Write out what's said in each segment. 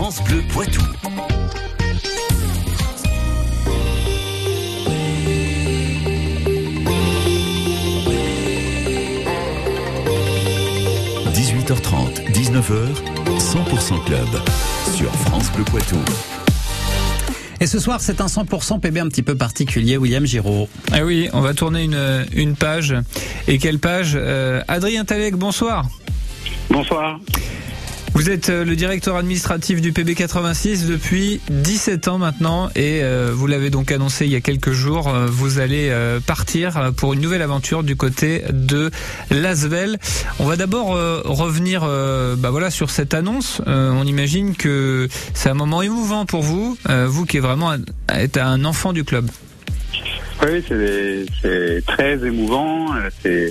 France Bleu Poitou. – 18h30, 19h, 100% Club sur France Bleu Poitou. Et ce soir, c'est un 100% PB un petit peu particulier, William Giraud. Ah oui, on va tourner une page. Et quelle page ? Adrien Talec, bonsoir. Bonsoir. Vous êtes le directeur administratif du PB 86 depuis 17 ans maintenant et vous l'avez donc annoncé il y a quelques jours, vous allez partir pour une nouvelle aventure du côté de l'Asvel. On va d'abord revenir sur cette annonce. On imagine que c'est un moment émouvant pour vous, vous qui êtes vraiment un enfant du club. Oui, c'est très émouvant. C'est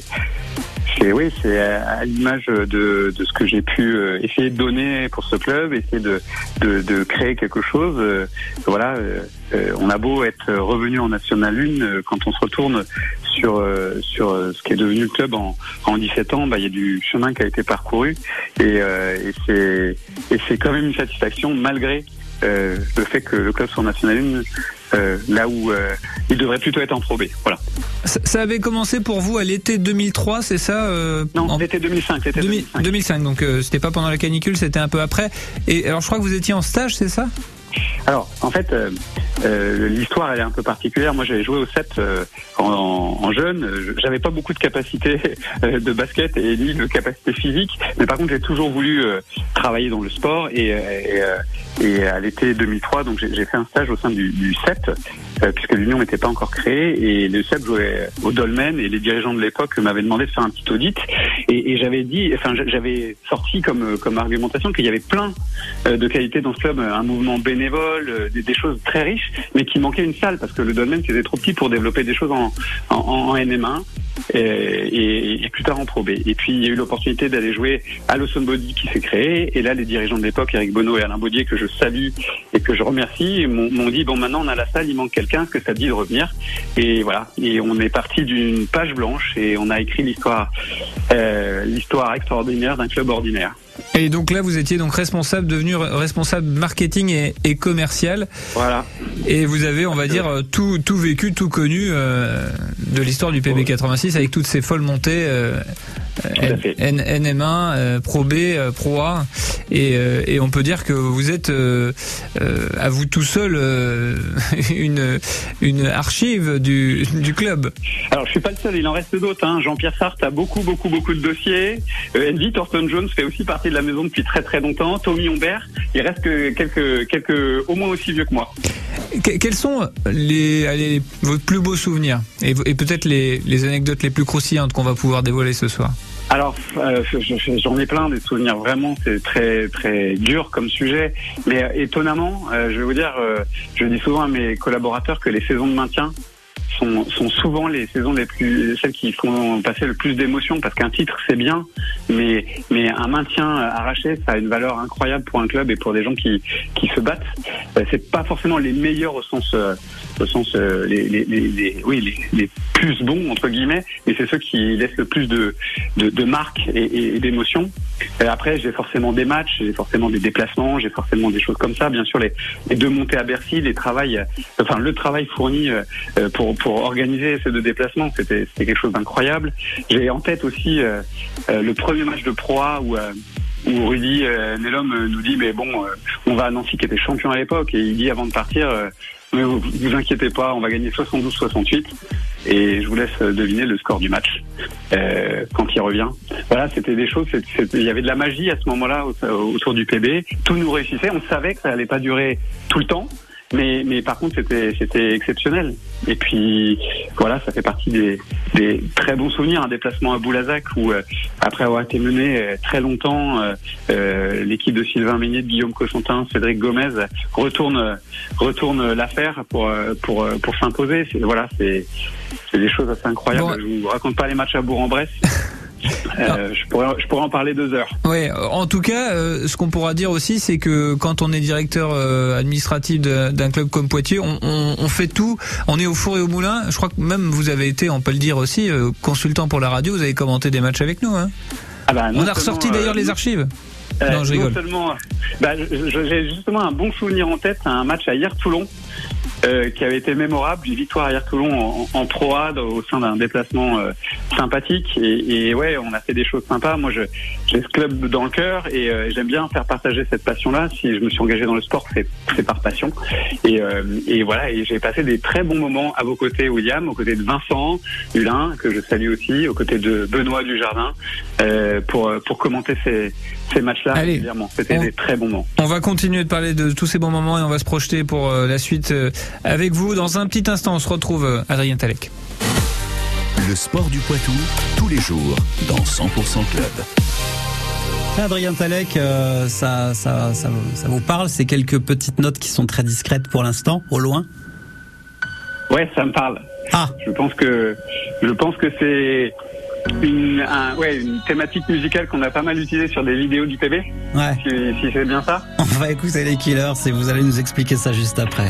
à l'image de ce que j'ai pu essayer de donner pour ce club, essayer de créer quelque chose. On a beau être revenu en National 1, quand on se retourne sur ce qui est devenu le club en 17 ans, il y a du chemin qui a été parcouru et c'est quand même une satisfaction malgré le fait que le club soit en National 1, là où il devrait plutôt être en Pro B. Voilà. Ça avait commencé pour vous à l'été 2003, c'est ça Non, l'été 2005. 2005, donc c'était pas pendant la canicule, c'était un peu après. Et alors je crois que vous étiez en stage, c'est ça ? Alors, en fait, l'histoire elle est un peu particulière. Moi, j'avais joué au 7 en jeune. J'avais pas beaucoup de capacité de basket et ni de capacité physique, mais par contre, j'ai toujours voulu travailler dans le sport et à l'été 2003, donc j'ai fait un stage au sein du 7 puisque l'Union n'était pas encore créée et le 7 jouait au Dolmen et les dirigeants de l'époque m'avaient demandé de faire un petit audit et j'avais sorti comme argumentation qu'il y avait plein de qualités dans ce club, un mouvement bénévole, des choses très riches, mais qui manquait une salle parce que le Dolmen c'était trop petit pour développer des choses en NM1 et plus tard en Pro B. Et puis il y a eu l'opportunité d'aller jouer à l'Awesome Body qui s'est créé et là les dirigeants de l'époque, Eric Bonneau et Alain Baudier, que je salue et que je remercie, m'ont dit bon, maintenant on a la salle, il manque quelqu'un, est-ce que ça te dit de revenir? Et voilà, et on est parti d'une page blanche et on a écrit l'histoire extraordinaire d'un club ordinaire. Et donc là, vous étiez donc devenu responsable marketing et commercial. Voilà. Et vous avez, on va dire, tout vécu, tout connu de l'histoire du PB 86 avec toutes ces folles montées NM1, Pro B, Pro A. Et on peut dire que vous êtes à vous tout seul une archive du club. Alors je suis pas le seul, il en reste d'autres. Jean-Pierre Sartre a beaucoup de dossiers. Envy, Thornton Jones fait aussi partie de la maison depuis très très longtemps. Tommy Humbert, il reste que quelques au moins aussi vieux que moi. Quels sont vos plus beaux souvenirs et peut-être les anecdotes les plus croustillantes qu'on va pouvoir dévoiler ce soir? Alors, j'en ai plein des souvenirs, vraiment, c'est très très dur comme sujet, mais étonnamment, je vais vous dire, je dis souvent à mes collaborateurs que les saisons de maintien sont souvent les saisons celles qui font passer le plus d'émotions, parce qu'un titre c'est bien, mais un maintien arraché, ça a une valeur incroyable pour un club et pour des gens qui se battent. C'est pas forcément les meilleurs au sens les plus bons entre guillemets, mais c'est ceux qui laissent le plus de marques et d'émotions. Après, j'ai forcément des matchs, j'ai forcément des déplacements, j'ai forcément des choses comme ça. Bien sûr, les deux montées à Bercy, le travail fourni pour organiser ces deux déplacements, c'était quelque chose d'incroyable. J'ai en tête aussi le premier match de Pro A où Rudy Nellum nous dit mais bon, on va à Nancy qui était champion à l'époque et il dit avant de partir mais vous inquiétez pas, on va gagner 72-68 et je vous laisse deviner le score du match quand il revient. Voilà, c'était des choses, il y avait de la magie à ce moment-là autour du PB, tout nous réussissait, on savait que ça allait pas durer tout le temps. Mais par contre c'était exceptionnel. Et puis voilà, ça fait partie des très bons souvenirs, un déplacement à Boulazac où après avoir été mené très longtemps, l'équipe de Sylvain Meignet, de Guillaume Cossentin, Cédric Gomez retourne l'affaire pour s'imposer. C'est des choses assez incroyables. Bon. Je vous raconte pas les matchs à Bourg-en-Bresse. Je pourrais en parler 2 heures. Oui, en tout cas, ce qu'on pourra dire aussi, c'est que quand on est directeur administratif d'un club comme Poitiers, on fait tout, on est au four et au moulin. Je crois que même vous avez été, on peut le dire aussi, consultant pour la radio, vous avez commenté des matchs avec nous. Hein. Ah bah, on a ressorti d'ailleurs les archives. Non, je rigole. Non seulement, j'ai justement un bon souvenir en tête, un match à Hyères-Toulon qui avait été mémorable, une victoire à Hyères-Toulon en Pro A au sein d'un déplacement sympathique et ouais, on a fait des choses sympas. Moi, j'ai ce club dans le cœur et j'aime bien faire partager cette passion-là. Si je me suis engagé dans le sport, c'est par passion et voilà. Et j'ai passé des très bons moments à vos côtés, William, aux côtés de Vincent Hulin que je salue aussi, aux côtés de Benoît Dujardin pour commenter ces matchs-là. Allez, régulièrement. C'était des très bons moments. On va continuer de parler de tous ces bons moments et on va se projeter pour la suite avec vous. Dans un petit instant, on se retrouve Adrien Talek. Le sport du Poitou, tous les jours, dans 100% Club. Adrien Talek, ça vous parle, ces quelques petites notes qui sont très discrètes pour l'instant, au loin? Ouais, ça me parle. Ah. Je pense que c'est une thématique musicale qu'on a pas mal utilisée sur des vidéos du PB. Ouais. Si c'est bien ça. On va écouter les Killers et vous allez nous expliquer ça juste après.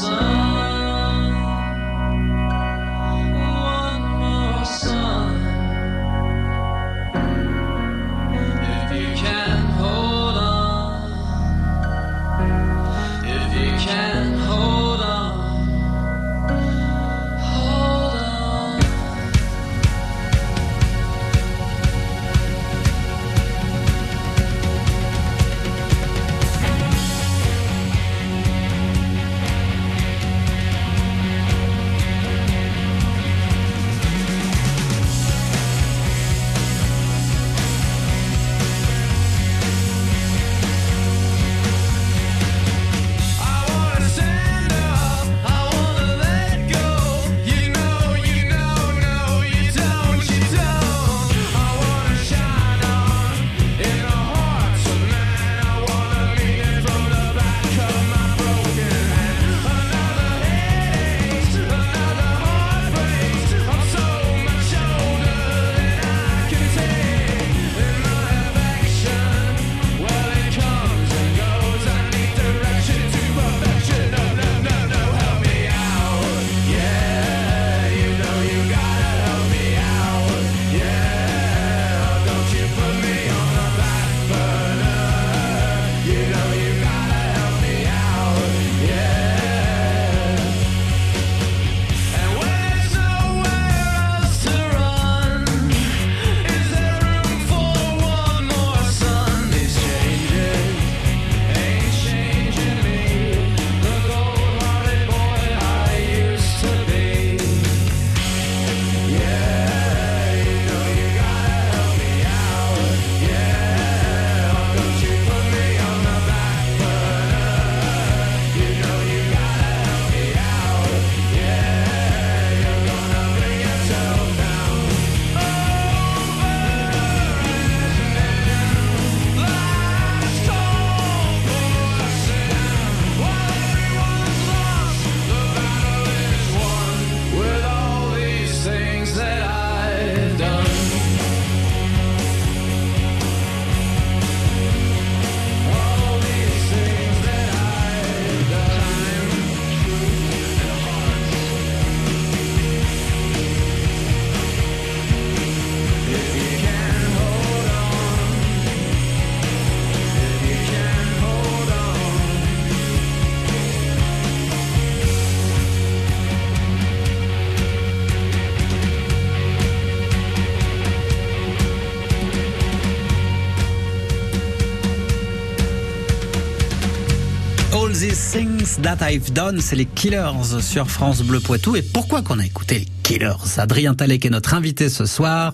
All These Things That I've Done, c'est les Killers sur France Bleu Poitou. Et pourquoi qu'on a écouté les Killers? Adrien Talek est notre invité ce soir.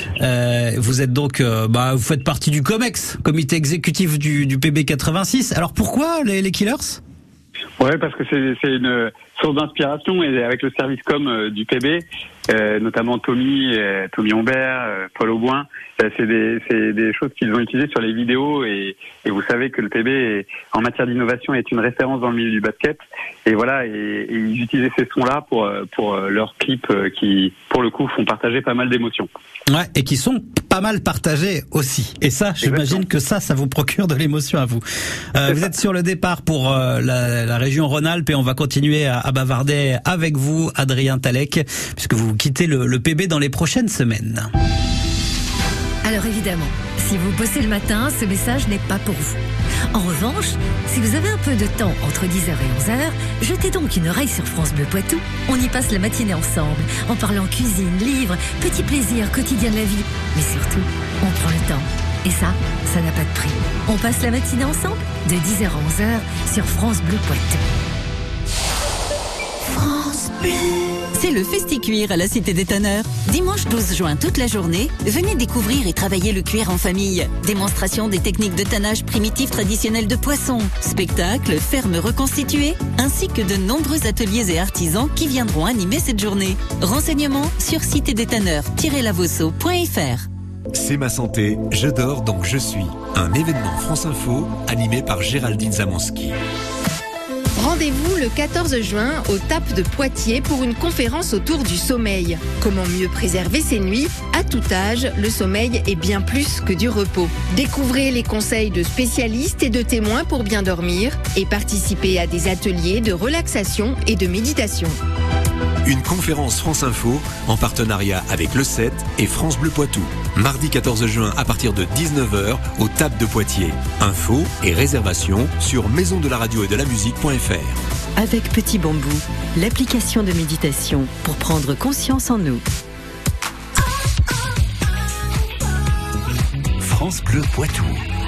Vous êtes donc, vous faites partie du COMEX, comité exécutif du PB 86. Alors pourquoi les Killers? Ouais, parce que c'est une source d'inspiration et avec le service com du PB, notamment Tommy Humbert, Paul Auboin, c'est des choses qu'ils ont utilisées sur les vidéos et vous savez que le PB en matière d'innovation est une référence dans le milieu du basket et voilà et ils utilisaient ces sons-là pour leurs clips qui pour le coup font partager pas mal d'émotions. Ouais, et qui sont pas mal partagés aussi. Et ça, j'imagine que ça vous procure de l'émotion à vous. Vous êtes sur le départ pour la région Rhône-Alpes et on va continuer à bavarder avec vous, Adrien Talek, puisque vous quittez le PB dans les prochaines semaines. Alors évidemment, si vous bossez le matin, ce message n'est pas pour vous. En revanche, si vous avez un peu de temps entre 10h et 11h, jetez donc une oreille sur France Bleu Poitou. On y passe la matinée ensemble, en parlant cuisine, livres, petits plaisirs quotidiens de la vie. Mais surtout, on prend le temps. Et ça n'a pas de prix. On passe la matinée ensemble, de 10h à 11h, sur France Bleu Poitou. France Bleu. C'est le Festi-Cuir à la Cité des Tanneurs. Dimanche 12 juin, toute la journée, venez découvrir et travailler le cuir en famille. Démonstration des techniques de tannage primitif traditionnel de poisson, spectacles, fermes reconstituées, ainsi que de nombreux ateliers et artisans qui viendront animer cette journée. Renseignements sur citédestanneurs-lavosso.fr. C'est ma santé, je dors donc je suis. Un événement France Info animé par Géraldine Zamanski. Rendez-vous le 14 juin au TAP de Poitiers pour une conférence autour du sommeil. Comment mieux préserver ses nuits ? À tout âge, le sommeil est bien plus que du repos. Découvrez les conseils de spécialistes et de témoins pour bien dormir et participez à des ateliers de relaxation et de méditation. Une conférence France Info en partenariat avec le 7 et France Bleu Poitou. Mardi 14 juin à partir de 19h au TAP de Poitiers. Infos et réservations sur maisondelaradio-et-de-la-musique.fr. Avec Petit Bambou, l'application de méditation pour prendre conscience en nous. France Bleu Poitou.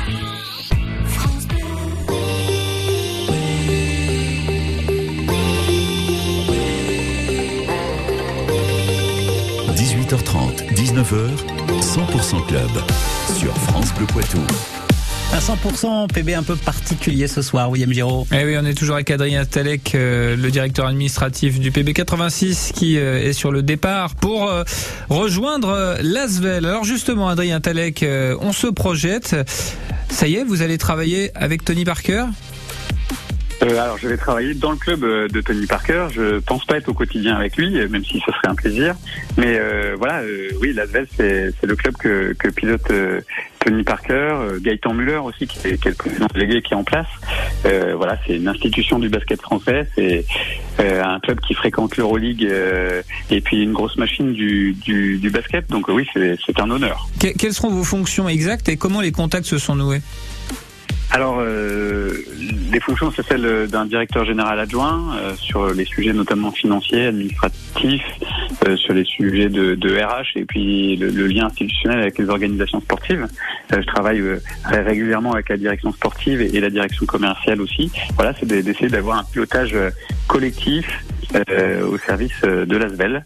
18h30, 19h, 100% Club sur France Bleu Poitou. Un 100% PB un peu particulier ce soir, William Giraud. Eh oui, on est toujours avec Adrien Talek, le directeur administratif du PB 86, qui est sur le départ pour rejoindre l'Asvel. Alors justement, Adrien Talek, on se projette. Ça y est, vous allez travailler avec Tony Parker ? Alors, je vais travailler dans le club de Tony Parker. Je pense pas être au quotidien avec lui, même si ce serait un plaisir. Mais oui, l'Asvel, c'est le club que pilote Tony Parker, Gaëtan Müller aussi, qui est le président délégué qui est en place. C'est une institution du basket français. C'est un club qui fréquente l'Euroleague et puis une grosse machine du basket. Donc oui, c'est un honneur. Quelles seront vos fonctions exactes et comment les contacts se sont noués ? Alors, les fonctions, c'est celle d'un directeur général adjoint sur les sujets notamment financiers, administratifs, sur les sujets de RH et puis le lien institutionnel avec les organisations sportives. Je travaille régulièrement avec la direction sportive et la direction commerciale aussi. Voilà, c'est d'essayer d'avoir un pilotage collectif au service de l'Asvel.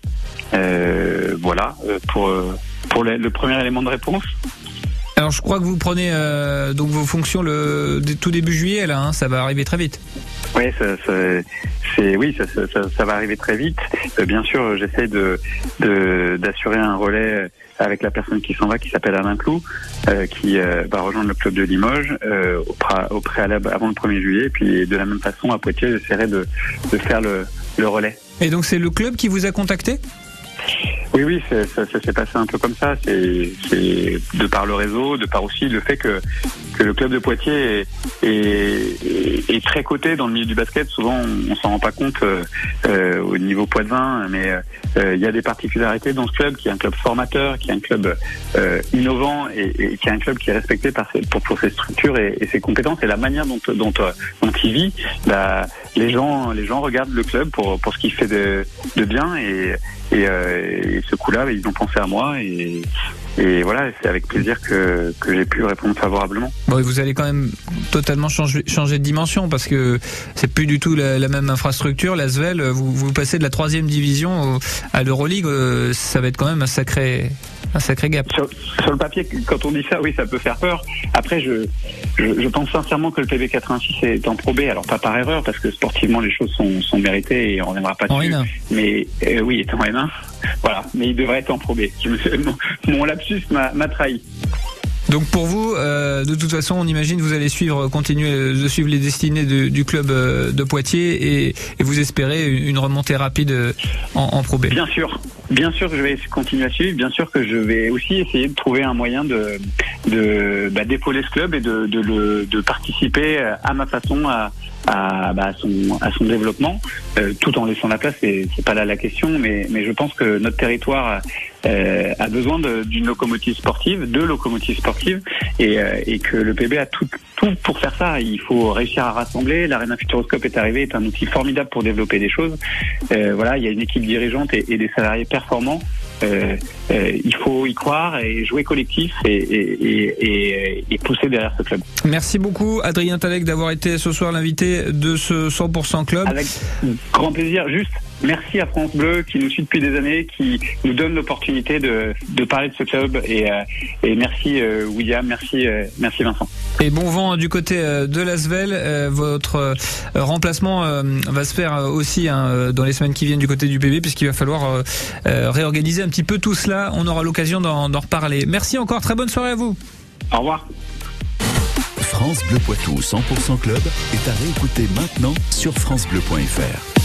Pour le premier élément de réponse. Alors je crois que vous prenez donc vos fonctions tout début juillet là, hein, ça va arriver très vite. Oui, ça va arriver très vite. Bien sûr, j'essaie d'assurer un relais avec la personne qui s'en va, qui s'appelle Alain Clou, qui va rejoindre le club de Limoges au préalable avant le 1er juillet. Et puis de la même façon, à Poitiers, j'essaierai de faire le relais. Et donc c'est le club qui vous a contacté ? Oui, ça s'est passé un peu comme ça. C'est de par le réseau, de par aussi le fait que le club de Poitiers est très coté dans le milieu du basket. Souvent, on s'en rend pas compte au niveau poitevin, mais il y a des particularités dans ce club, qui est un club formateur, qui est un club innovant et qui est un club qui est respecté pour ses structures et ses compétences et la manière dont il vit. Les gens regardent le club pour ce qu'il fait de bien et ce coup-là, ils ont pensé à moi et voilà, c'est avec plaisir que j'ai pu répondre favorablement. Bon, et vous allez quand même totalement changer de dimension parce que c'est plus du tout la même infrastructure. L'Asvel, vous passez de la 3e division à l'Euroleague, ça va être quand même un sacré gap. Sur le papier, quand on dit ça, oui, ça peut faire peur. Après, je pense sincèrement que le PB 86 est en Pro B. Alors pas par erreur, parce que sportivement les choses sont méritées et on reviendra pas dessus. Mais oui, est en N1. Voilà, mais il devrait être en Pro B. Mon lapsus m'a trahi. Donc pour vous, de toute façon, on imagine vous allez continuer de suivre les destinées du club de Poitiers et vous espérez une remontée rapide en Pro B. Bien sûr que je vais continuer à suivre. Bien sûr que je vais aussi essayer de trouver un moyen d'épauler ce club et de participer à ma façon à à son développement, tout en laissant la place. C'est pas là la question, mais je pense que notre territoire a besoin d'une locomotive sportive, de locomotives sportives, et que le PB a tout pour faire ça. Il faut réussir à rassembler. L'Arena Futuroscope est un outil formidable pour développer des choses. Voilà, il y a une équipe dirigeante et des salariés performants. Il faut y croire et jouer collectif et pousser derrière ce club. Merci beaucoup Adrien Talek d'avoir été ce soir l'invité de ce 100% Club. Avec grand plaisir. Juste merci à France Bleu qui nous suit depuis des années, qui nous donne l'opportunité de parler de ce club et merci William, merci Vincent. Et bon vent du côté de l'Asvel. Votre remplacement va se faire aussi dans les semaines qui viennent du côté du PB, puisqu'il va falloir réorganiser un petit peu tout cela. On aura l'occasion d'en reparler. Merci encore, très bonne soirée à vous. Au revoir. France Bleu Poitou 100% Club est à réécouter maintenant sur francebleu.fr.